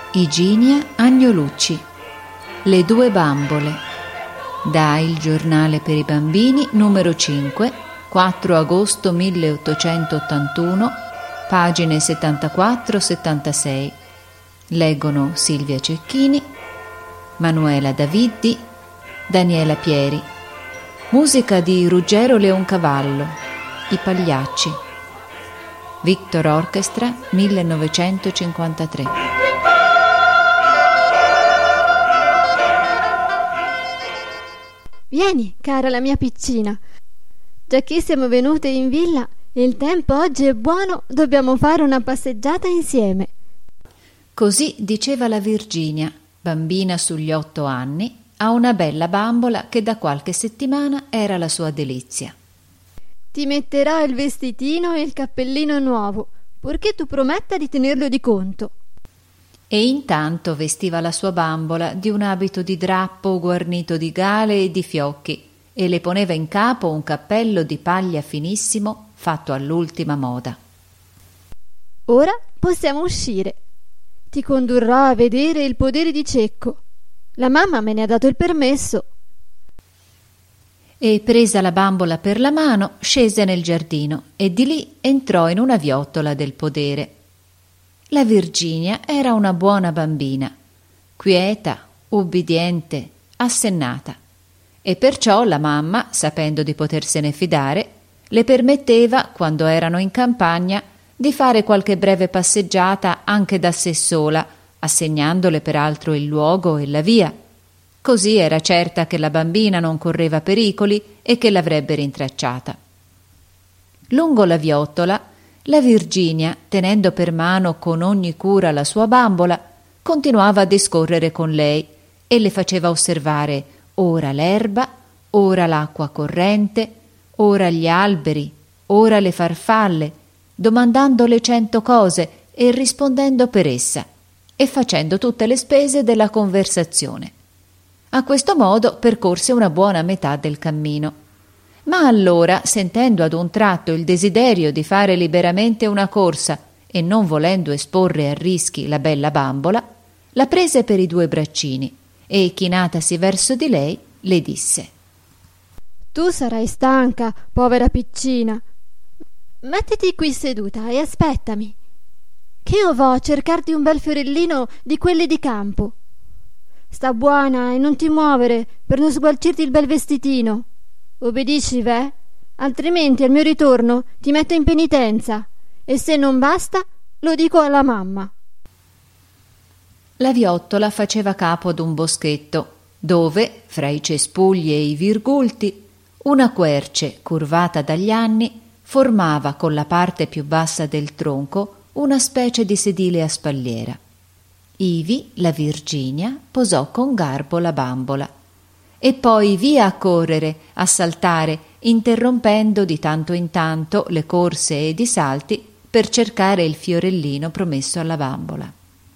Iginia Agnolucci, Le due bambole, da Il Giornale per i bambini numero 5, 4 agosto 1881, pagine 74-76. Leggono Silvia Cecchini, Manuela Daviddi, Daniela Pieri. Musica di Ruggero Leoncavallo, I Pagliacci. Victor Orchestra 1953. Vieni, cara la mia piccina. Giacché siamo venute in villa e il tempo oggi è buono, dobbiamo fare una passeggiata insieme. Così diceva la Virginia, bambina sugli 8 anni, a una bella bambola che da qualche settimana era la sua delizia. Ti metterò il vestitino e il cappellino nuovo, purché tu prometta di tenerlo di conto. E intanto vestiva la sua bambola di un abito di drappo guarnito di gale e di fiocchi e le poneva in capo un cappello di paglia finissimo fatto all'ultima moda. Ora possiamo uscire. Ti condurrò a vedere il podere di Cecco. La mamma me ne ha dato il permesso. E presa la bambola per la mano, scese nel giardino e di lì entrò in una viottola del podere. La Virginia era una buona bambina, quieta, ubbidiente, assennata, e perciò la mamma, sapendo di potersene fidare, le permetteva, quando erano in campagna, di fare qualche breve passeggiata anche da sé sola, assegnandole peraltro il luogo e la via. Così era certa che la bambina non correva pericoli e che l'avrebbe rintracciata. Lungo la viottola, la Virginia, tenendo per mano con ogni cura la sua bambola, continuava a discorrere con lei e le faceva osservare ora l'erba, ora l'acqua corrente, ora gli alberi, ora le farfalle, domandandole 100 cose e rispondendo per essa, e facendo tutte le spese della conversazione. A questo modo percorse una buona metà del cammino. Ma allora, sentendo ad un tratto il desiderio di fare liberamente una corsa e non volendo esporre a rischi la bella bambola, la prese per i 2 braccini e, chinatasi verso di lei, le disse: Tu sarai stanca, povera piccina. Mettiti qui seduta e aspettami, che io vo a cercarti un bel fiorellino di quelli di campo. Sta buona e non ti muovere per non sgualcirti il bel vestitino. Obbedisci, ve? Altrimenti al mio ritorno ti metto in penitenza e se non basta lo dico alla mamma. La viottola faceva capo ad un boschetto dove, fra i cespugli e i virgulti, una querce curvata dagli anni formava con la parte più bassa del tronco una specie di sedile a spalliera. Ivi la Virginia posò con garbo la bambola e poi via a correre, a saltare, interrompendo di tanto in tanto le corse ed i salti per cercare il fiorellino promesso alla bambola.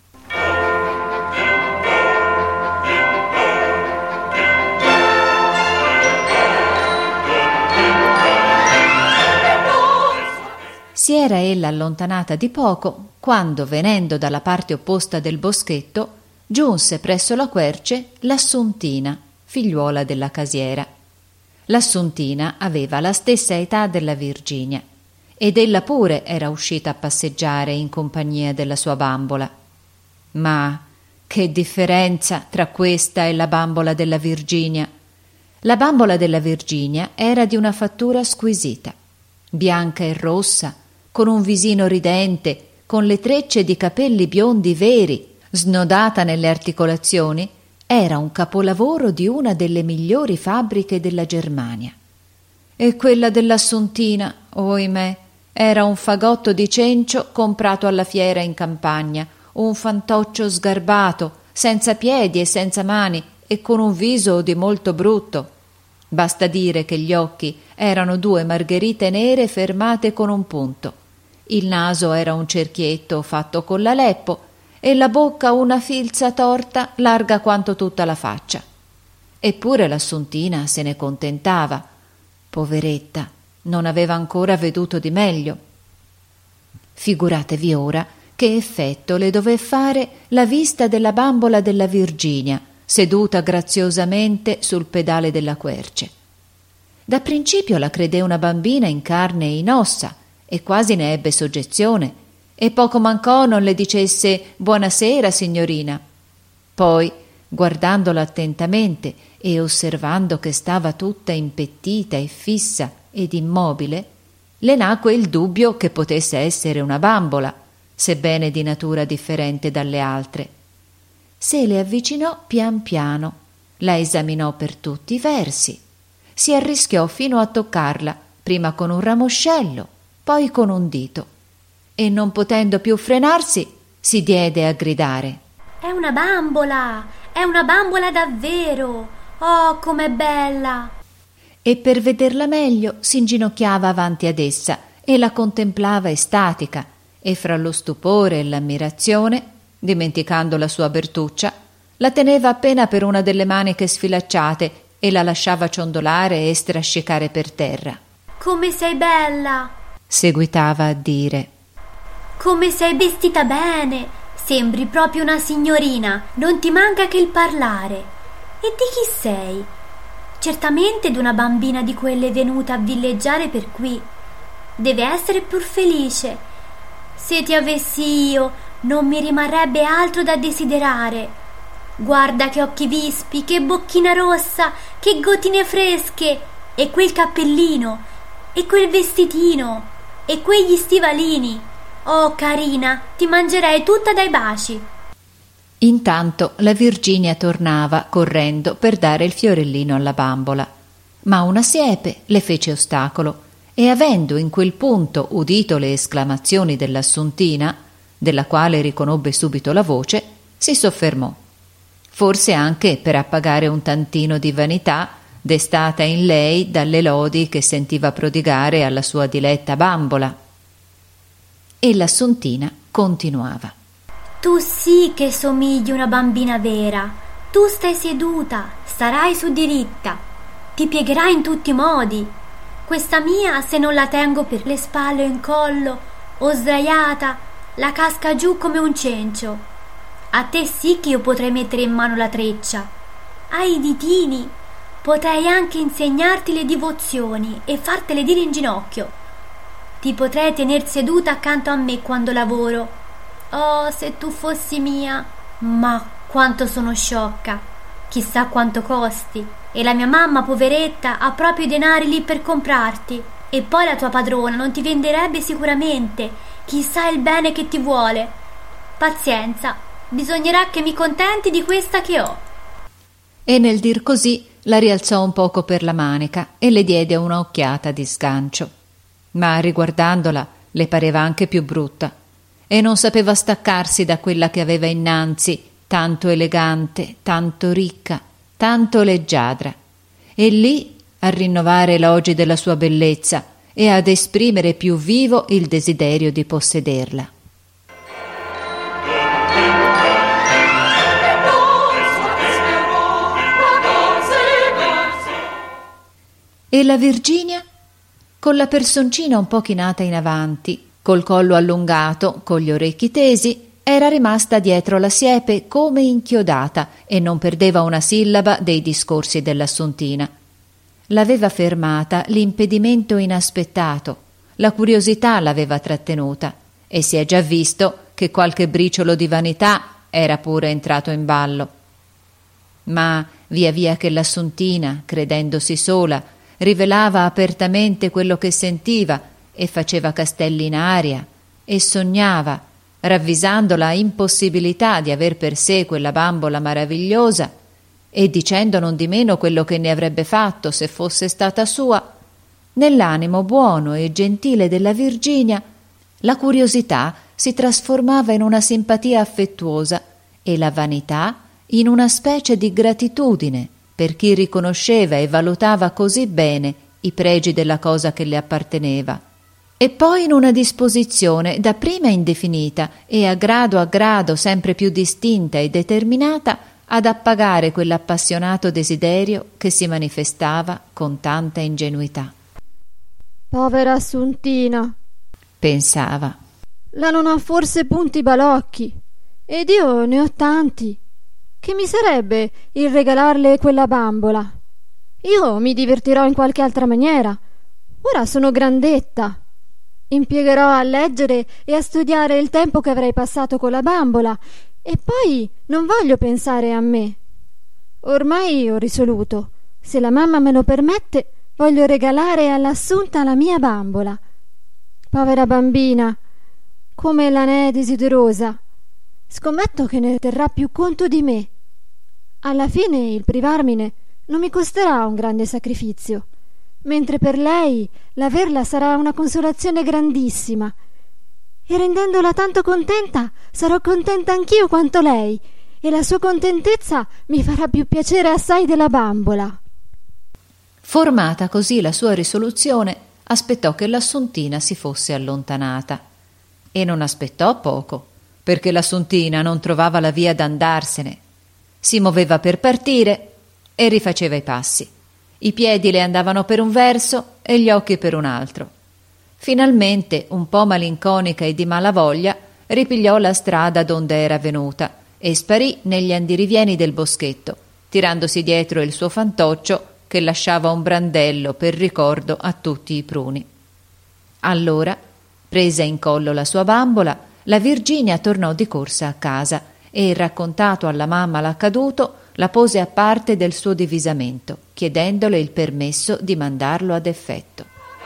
Si era ella allontanata di poco quando, venendo dalla parte opposta del boschetto, giunse presso la querce l'Assuntina, figliuola della casiera. L'Assuntina aveva la stessa età della Virginia ed ella pure era uscita a passeggiare in compagnia della sua bambola. Ma che differenza tra questa e la bambola della Virginia! La bambola della Virginia era di una fattura squisita, bianca e rossa, con un visino ridente, con le trecce di capelli biondi veri, snodata nelle articolazioni. Era un capolavoro di una delle migliori fabbriche della Germania. E quella dell'Assuntina, ohimè, era un fagotto di cencio comprato alla fiera in campagna, un fantoccio sgarbato, senza piedi e senza mani e con un viso di molto brutto. Basta dire che gli occhi erano 2 margherite nere fermate con un punto. Il naso era un cerchietto fatto con l'aleppo e la bocca una filza torta larga quanto tutta la faccia. Eppure l'Assuntina se ne contentava. Poveretta, non aveva ancora veduto di meglio. Figuratevi ora che effetto le dové fare la vista della bambola della Virginia, seduta graziosamente sul pedale della querce. Da principio la credé una bambina in carne e in ossa, e quasi ne ebbe soggezione, e poco mancò non le dicesse «Buonasera, signorina». Poi, guardandola attentamente e osservando che stava tutta impettita e fissa ed immobile, le nacque il dubbio che potesse essere una bambola, sebbene di natura differente dalle altre. Se le avvicinò pian piano, la esaminò per tutti i versi, si arrischiò fino a toccarla, prima con un ramoscello, poi con un dito, e non potendo più frenarsi, si diede a gridare: «È una bambola! È una bambola davvero! Oh, com'è bella!» E per vederla meglio s'inginocchiava avanti ad essa e la contemplava estatica, e fra lo stupore e l'ammirazione, dimenticando la sua Bertuccia, la teneva appena per una delle maniche sfilacciate e la lasciava ciondolare e strascicare per terra. «Come sei bella!» seguitava a dire. «Come sei vestita bene! Sembri proprio una signorina, non ti manca che il parlare. E di chi sei?» «Certamente d'una bambina di quelle venuta a villeggiare per qui. Deve essere pur felice. Se ti avessi io, non mi rimarrebbe altro da desiderare. Guarda che occhi vispi, che bocchina rossa, che gottine fresche, e quel cappellino, e quel vestitino, e quegli stivalini. Oh, carina, ti mangerei tutta dai baci!» Intanto la Virginia tornava correndo per dare il fiorellino alla bambola, ma una siepe le fece ostacolo, e avendo in quel punto udito le esclamazioni dell'Assuntina, della quale riconobbe subito la voce, si soffermò, forse anche per appagare un tantino di vanità destata in lei dalle lodi che sentiva prodigare alla sua diletta bambola. E l'Assuntina continuava: «Tu sì che somigli una bambina vera. Tu stai seduta, starai su diritta, ti piegherai in tutti i modi. Questa mia, se non la tengo per le spalle o in collo, o sdraiata, la casca giù come un cencio. A te sì che io potrei mettere in mano la treccia. Ai ditini potrei anche insegnarti le divozioni e fartele dire in ginocchio. Ti potrei tener seduta accanto a me quando lavoro. Oh, se tu fossi mia! Ma quanto sono sciocca! Chissà quanto costi! E la mia mamma, poveretta, ha proprio i denari lì per comprarti. E poi la tua padrona non ti venderebbe sicuramente. Chissà il bene che ti vuole. Pazienza, bisognerà che mi contenti di questa che ho». E nel dir così la rialzò un poco per la manica e le diede una occhiata di sgancio. Ma riguardandola le pareva anche più brutta, e non sapeva staccarsi da quella che aveva innanzi, tanto elegante, tanto ricca, tanto leggiadra, e lì a rinnovare elogi della sua bellezza e ad esprimere più vivo il desiderio di possederla. E la Virginia, con la personcina un po' chinata in avanti, col collo allungato, con gli orecchi tesi, era rimasta dietro la siepe come inchiodata e non perdeva una sillaba dei discorsi dell'Assuntina. L'aveva fermata l'impedimento inaspettato, la curiosità l'aveva trattenuta, e si è già visto che qualche briciolo di vanità era pure entrato in ballo. Ma via via che l'Assuntina, credendosi sola, rivelava apertamente quello che sentiva e faceva castelli in aria e sognava, ravvisando la impossibilità di aver per sé quella bambola maravigliosa e dicendo non di meno quello che ne avrebbe fatto se fosse stata sua, nell'animo buono e gentile della Virginia la curiosità si trasformava in una simpatia affettuosa e la vanità in una specie di gratitudine per chi riconosceva e valutava così bene i pregi della cosa che le apparteneva, e poi in una disposizione dapprima indefinita e a grado sempre più distinta e determinata ad appagare quell'appassionato desiderio che si manifestava con tanta ingenuità. «Povera Assuntina», pensava. la non ha forse punti balocchi, ed io ne ho tanti. Che mi sarebbe il regalarle quella bambola? Io mi divertirò in qualche altra maniera. Ora sono grandetta. Impiegherò a leggere e a studiare il tempo che avrei passato con la bambola, e poi non voglio pensare a me. Ormai ho risoluto. Se la mamma me lo permette, voglio regalare all'Assunta la mia bambola. Povera bambina, come la ne è desiderosa. Scommetto che ne terrà più conto di me. Alla fine il privarmene non mi costerà un grande sacrificio, mentre per lei l'averla sarà una consolazione grandissima. E rendendola tanto contenta, sarò contenta anch'io quanto lei, e la sua contentezza mi farà più piacere assai della bambola. Formata così la sua risoluzione, aspettò che l'Assuntina si fosse allontanata. E non aspettò poco, perché l'Assuntina non trovava la via d'andarsene. Si muoveva per partire e rifaceva i passi. I piedi le andavano per un verso e gli occhi per un altro. Finalmente, un po' malinconica e di malavoglia, ripigliò la strada donde era venuta e sparì negli andirivieni del boschetto, tirandosi dietro il suo fantoccio che lasciava un brandello per ricordo a tutti i pruni. Allora, presa in collo la sua bambola, la Virginia tornò di corsa a casa e, raccontato alla mamma l'accaduto, la pose a parte del suo divisamento, chiedendole il permesso di mandarlo ad effetto.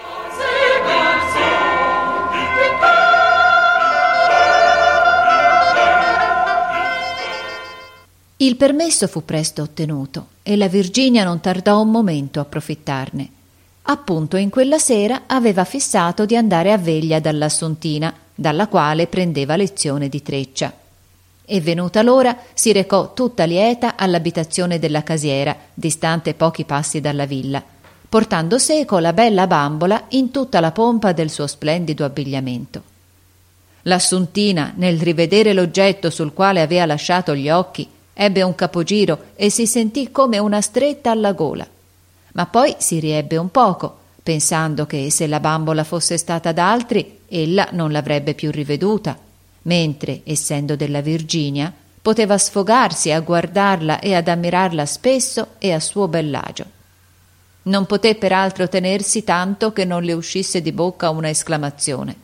Il permesso fu presto ottenuto e la Virginia non tardò un momento a approfittarne. Appunto in quella sera aveva fissato di andare a veglia dall'Assuntina, dalla quale prendeva lezione di treccia. E venuta l'ora si recò tutta lieta all'abitazione della casiera, distante pochi passi dalla villa, portando seco la bella bambola in tutta la pompa del suo splendido abbigliamento. L'Assuntina, nel rivedere l'oggetto sul quale aveva lasciato gli occhi, ebbe un capogiro e si sentì come una stretta alla gola. Ma poi si riebbe un poco, pensando che se la bambola fosse stata d'altri, ella non l'avrebbe più riveduta, mentre, essendo della Virginia, poteva sfogarsi a guardarla e ad ammirarla spesso e a suo bell'agio. Non poté peraltro tenersi tanto che non le uscisse di bocca una esclamazione.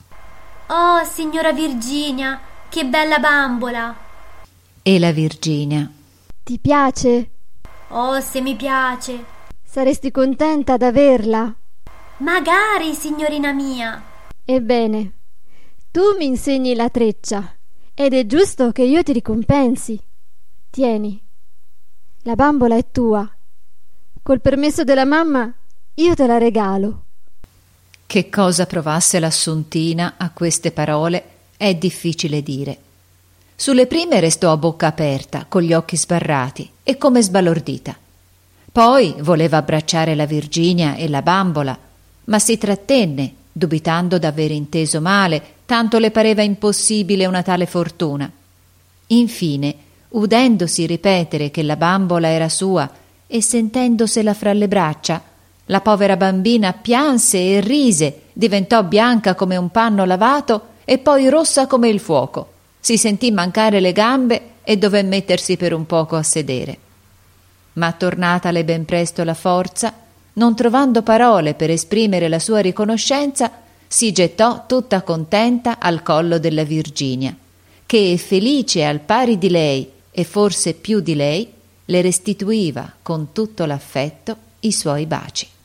«Oh, signora Virginia, che bella bambola!» E la Virginia: Ti piace? «Oh, se mi piace!» Saresti contenta d'averla? «Magari, signorina mia!» Ebbene, tu mi insegni la treccia ed è giusto che io ti ricompensi. Tieni, la bambola è tua. Col permesso della mamma io te la regalo. Che cosa provasse l'Assuntina a queste parole è difficile dire. Sulle prime restò a bocca aperta, con gli occhi sbarrati e come sbalordita. Poi voleva abbracciare la Virginia e la bambola, ma si trattenne, dubitando d'aver inteso male, tanto le pareva impossibile una tale fortuna. Infine, udendosi ripetere che la bambola era sua e sentendosela fra le braccia, la povera bambina pianse e rise, diventò bianca come un panno lavato e poi rossa come il fuoco. Si sentì mancare le gambe e dové mettersi per un poco a sedere. Ma tornatale ben presto la forza, non trovando parole per esprimere la sua riconoscenza, si gettò tutta contenta al collo della Virginia, che, felice al pari di lei e forse più di lei, le restituiva con tutto l'affetto i suoi baci.